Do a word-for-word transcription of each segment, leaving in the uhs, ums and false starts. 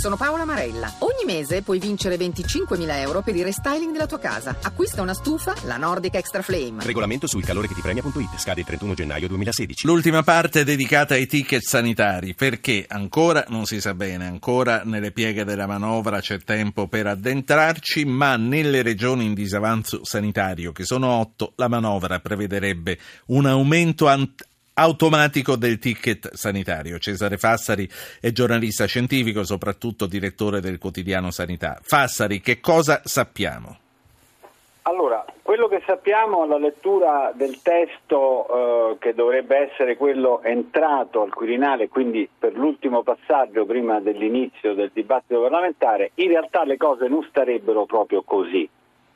Sono Paola Marella. Ogni mese puoi vincere venticinquemila euro per il restyling della tua casa. Acquista una stufa, la Nordic Extra Flame. Regolamento sul calore che ti premia punto it. Scade il trentuno gennaio duemilasedici. L'ultima parte è dedicata ai ticket sanitari, perché ancora non si sa bene, ancora nelle pieghe della manovra c'è tempo per addentrarci, ma nelle regioni in disavanzo sanitario, che sono otto, la manovra prevederebbe un aumento ant- automatico del ticket sanitario. Cesare Fassari è giornalista scientifico, soprattutto direttore del quotidiano Sanità. Fassari, che cosa sappiamo? Allora, quello che sappiamo alla lettura del testo eh, che dovrebbe essere quello entrato al Quirinale, quindi per l'ultimo passaggio prima dell'inizio del dibattito parlamentare, in realtà le cose non starebbero proprio così.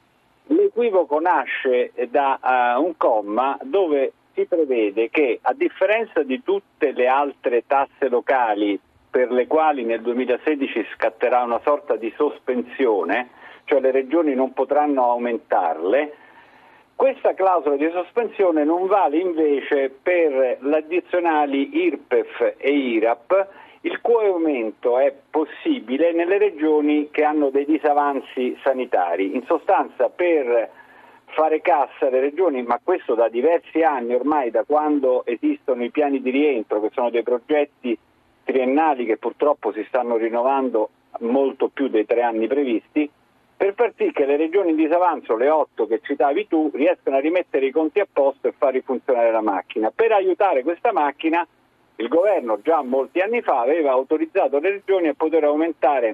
L'equivoco nasce da uh, un comma dove si prevede che, a differenza di tutte le altre tasse locali per le quali nel duemilasedici scatterà una sorta di sospensione, cioè le regioni non potranno aumentarle, questa clausola di sospensione non vale invece per le addizionali I R P E F e I R A P, il cui aumento è possibile nelle regioni che hanno dei disavanzi sanitari. In sostanza, per fare cassa le regioni, ma questo da diversi anni ormai, da quando esistono i piani di rientro, che sono dei progetti triennali che purtroppo si stanno rinnovando molto più dei tre anni previsti, per far sì che le regioni in disavanzo, le otto che citavi tu, riescano a rimettere i conti a posto e far rifunzionare la macchina. Per aiutare questa macchina, il governo già molti anni fa aveva autorizzato le regioni a poter aumentare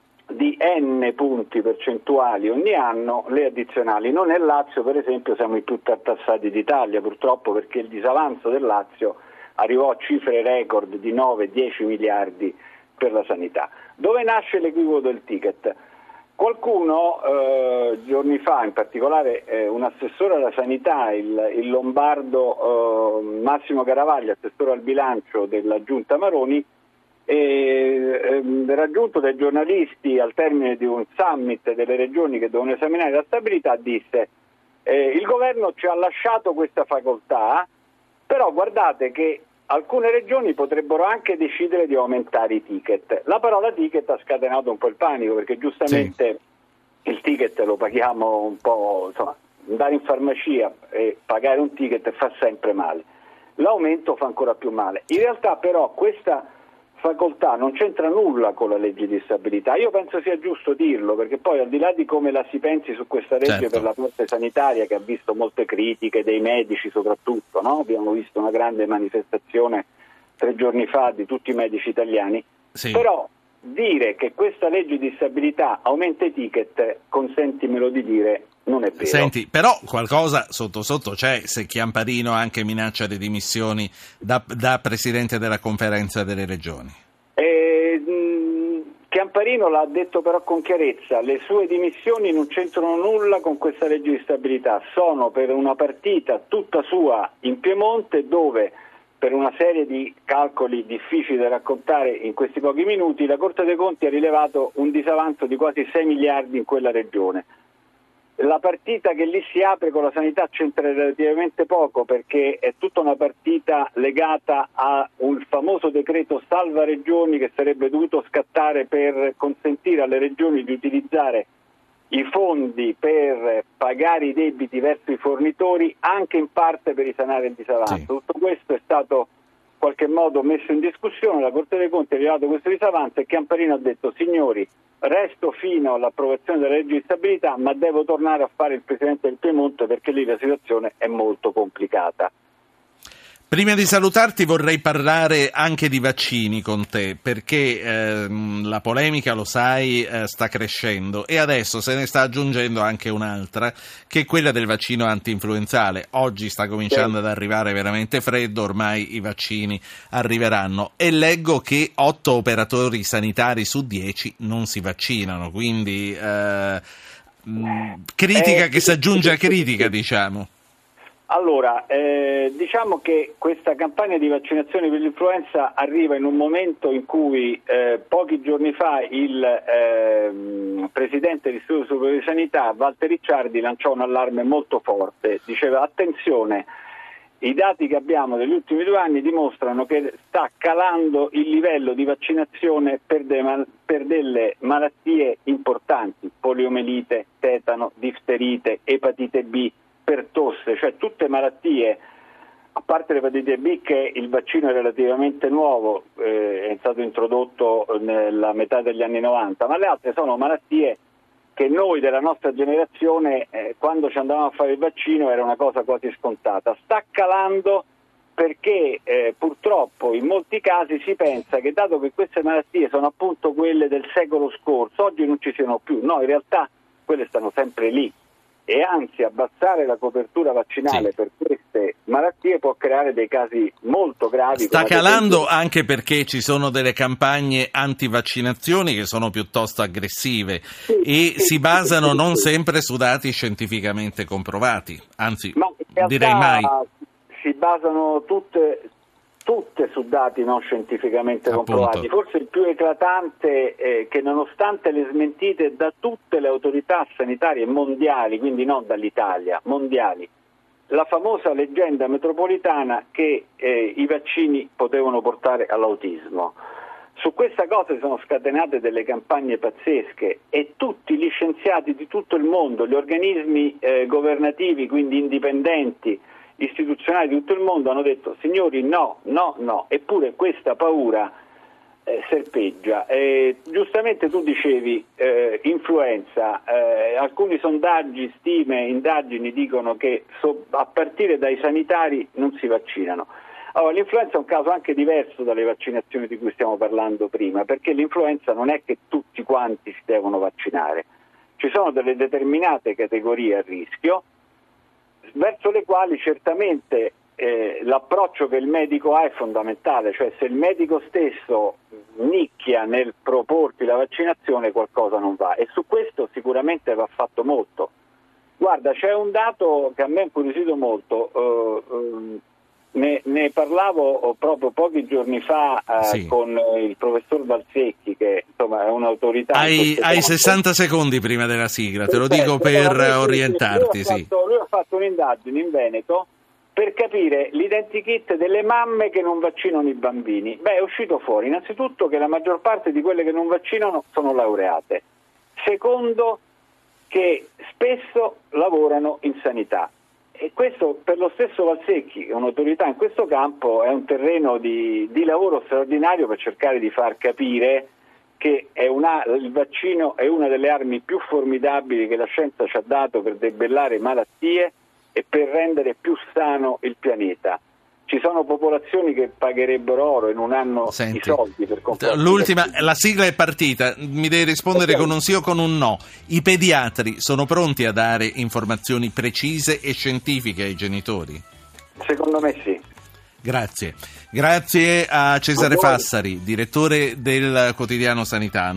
di N punti percentuali ogni anno le addizionali. Noi nel Lazio, per esempio, siamo i più tartassati d'Italia, purtroppo, perché il disavanzo del Lazio arrivò a cifre record di nove dieci miliardi per la sanità. Dove nasce l'equivoco del ticket? Qualcuno eh, giorni fa, in particolare eh, un assessore alla sanità, il, il lombardo eh, Massimo Garavaglia, assessore al bilancio della Giunta Maroni, E, eh, raggiunto dai giornalisti al termine di un summit delle regioni che devono esaminare la stabilità, disse eh, il governo ci ha lasciato questa facoltà, però guardate che alcune regioni potrebbero anche decidere di aumentare i ticket. La parola ticket ha scatenato un po' il panico, perché giustamente sì, il ticket lo paghiamo un po', insomma, andare in farmacia e pagare un ticket fa sempre male, l'aumento fa ancora più male. In realtà però questa facoltà non c'entra nulla con la legge di stabilità. Io penso sia giusto dirlo, perché poi, al di là di come la si pensi su questa legge, certo, per la parte sanitaria, che ha visto molte critiche dei medici soprattutto, no? Abbiamo visto una grande manifestazione tre giorni fa di tutti i medici italiani, sì, però dire che questa legge di stabilità aumenta i ticket, consentimelo di dire, non è vero. Senti, però qualcosa sotto sotto c'è, se Chiamparino anche minaccia le dimissioni da, da Presidente della Conferenza delle Regioni. Eh, Chiamparino l'ha detto però con chiarezza, le sue dimissioni non c'entrano nulla con questa legge di stabilità, sono per una partita tutta sua in Piemonte, dove per una serie di calcoli difficili da raccontare in questi pochi minuti, la Corte dei Conti ha rilevato un disavanzo di quasi sei miliardi in quella regione. La partita che lì si apre con la sanità c'entra relativamente poco, perché è tutta una partita legata a un famoso decreto salva regioni che sarebbe dovuto scattare per consentire alle regioni di utilizzare i fondi per pagare i debiti verso i fornitori, anche in parte per risanare il disavanzo. Sì. Tutto questo è stato in qualche modo messo in discussione, la Corte dei Conti ha rilevato questo disavanzo e Chiamparino ha detto: signori, resto fino all'approvazione della legge di stabilità, ma devo tornare a fare il Presidente del Piemonte, perché lì la situazione è molto complicata. Prima di salutarti vorrei parlare anche di vaccini con te, perché ehm, la polemica, lo sai, eh, sta crescendo e adesso se ne sta aggiungendo anche un'altra, che è quella del vaccino antinfluenzale. Oggi sta cominciando sì. ad arrivare veramente freddo, ormai i vaccini arriveranno, e leggo che otto operatori sanitari su dieci non si vaccinano, quindi eh, mh, critica eh, che si aggiunge a critica, diciamo. Allora, eh, diciamo che questa campagna di vaccinazione per l'influenza arriva in un momento in cui eh, pochi giorni fa il eh, Presidente dell'Istituto Superiore di Sanità, Walter Ricciardi, lanciò un allarme molto forte. Diceva: attenzione, I dati che abbiamo degli ultimi due anni dimostrano che sta calando il livello di vaccinazione per, de- per delle malattie importanti, poliomelite, tetano, difterite, epatite B, pertosse, cioè tutte malattie, a parte l'epatite B che il vaccino è relativamente nuovo, eh, è stato introdotto nella metà degli anni novanta, ma le altre sono malattie che noi della nostra generazione eh, quando ci andavamo a fare il vaccino era una cosa quasi scontata. Sta calando perché eh, purtroppo in molti casi si pensa che dato che queste malattie sono appunto quelle del secolo scorso, oggi non ci siano più. No, in realtà quelle stanno sempre lì e anzi abbassare la copertura vaccinale sì. per queste malattie può creare dei casi molto gravi. Sta calando anche perché ci sono delle campagne antivaccinazioni che sono piuttosto aggressive sì, e sì, si basano sì, non sì. sempre su dati scientificamente comprovati, anzi Ma in realtà direi mai. Si basano tutte, tutte su dati non scientificamente Appunto. comprovati. Forse il più eclatante è che nonostante le smentite da tutte le autorità sanitarie mondiali, quindi non dall'Italia, mondiali, la famosa leggenda metropolitana che eh, i vaccini potevano portare all'autismo. Su questa cosa si sono scatenate delle campagne pazzesche e tutti gli scienziati di tutto il mondo, gli organismi eh, governativi, quindi indipendenti, istituzionali di tutto il mondo hanno detto signori no, no, no, eppure questa paura eh, serpeggia. Eh, giustamente tu dicevi eh, influenza, eh, alcuni sondaggi, stime, indagini dicono che so, a partire dai sanitari non si vaccinano. Allora, l'influenza è un caso anche diverso dalle vaccinazioni di cui stiamo parlando prima, perché l'influenza non è che tutti quanti si devono vaccinare, ci sono delle determinate categorie a rischio verso le quali certamente eh, l'approccio che il medico ha è fondamentale, cioè se il medico stesso nicchia nel proporti la vaccinazione qualcosa non va e su questo sicuramente va fatto molto. Guarda, c'è un dato che a me ha incuriosito molto, eh, eh, ne, ne parlavo proprio pochi giorni fa eh, sì. con il professor Valsecchi che insomma è un'autorità. Hai, hai sessanta secondi prima della sigla, te lo dico per allora, orientarti. Lui ha, fatto, sì. lui ha fatto un'indagine in Veneto per capire l'identikit delle mamme che non vaccinano i bambini. Beh, è uscito fuori innanzitutto che la maggior parte di quelle che non vaccinano sono laureate. Secondo, che spesso lavorano in sanità. E questo per lo stesso Valsecchi, che è un'autorità in questo campo, è un terreno di, di lavoro straordinario per cercare di far capire che è una, il vaccino è una delle armi più formidabili che la scienza ci ha dato per debellare malattie e per rendere più sano il pianeta. Ci sono popolazioni che pagherebbero oro e non hanno Senti, i soldi per comprare. L'ultima, la sigla è partita, mi devi rispondere okay. con un sì o con un no. I pediatri sono pronti a dare informazioni precise e scientifiche ai genitori? Secondo me sì. Grazie. Grazie a Cesare Fassari, direttore del quotidiano Sanità.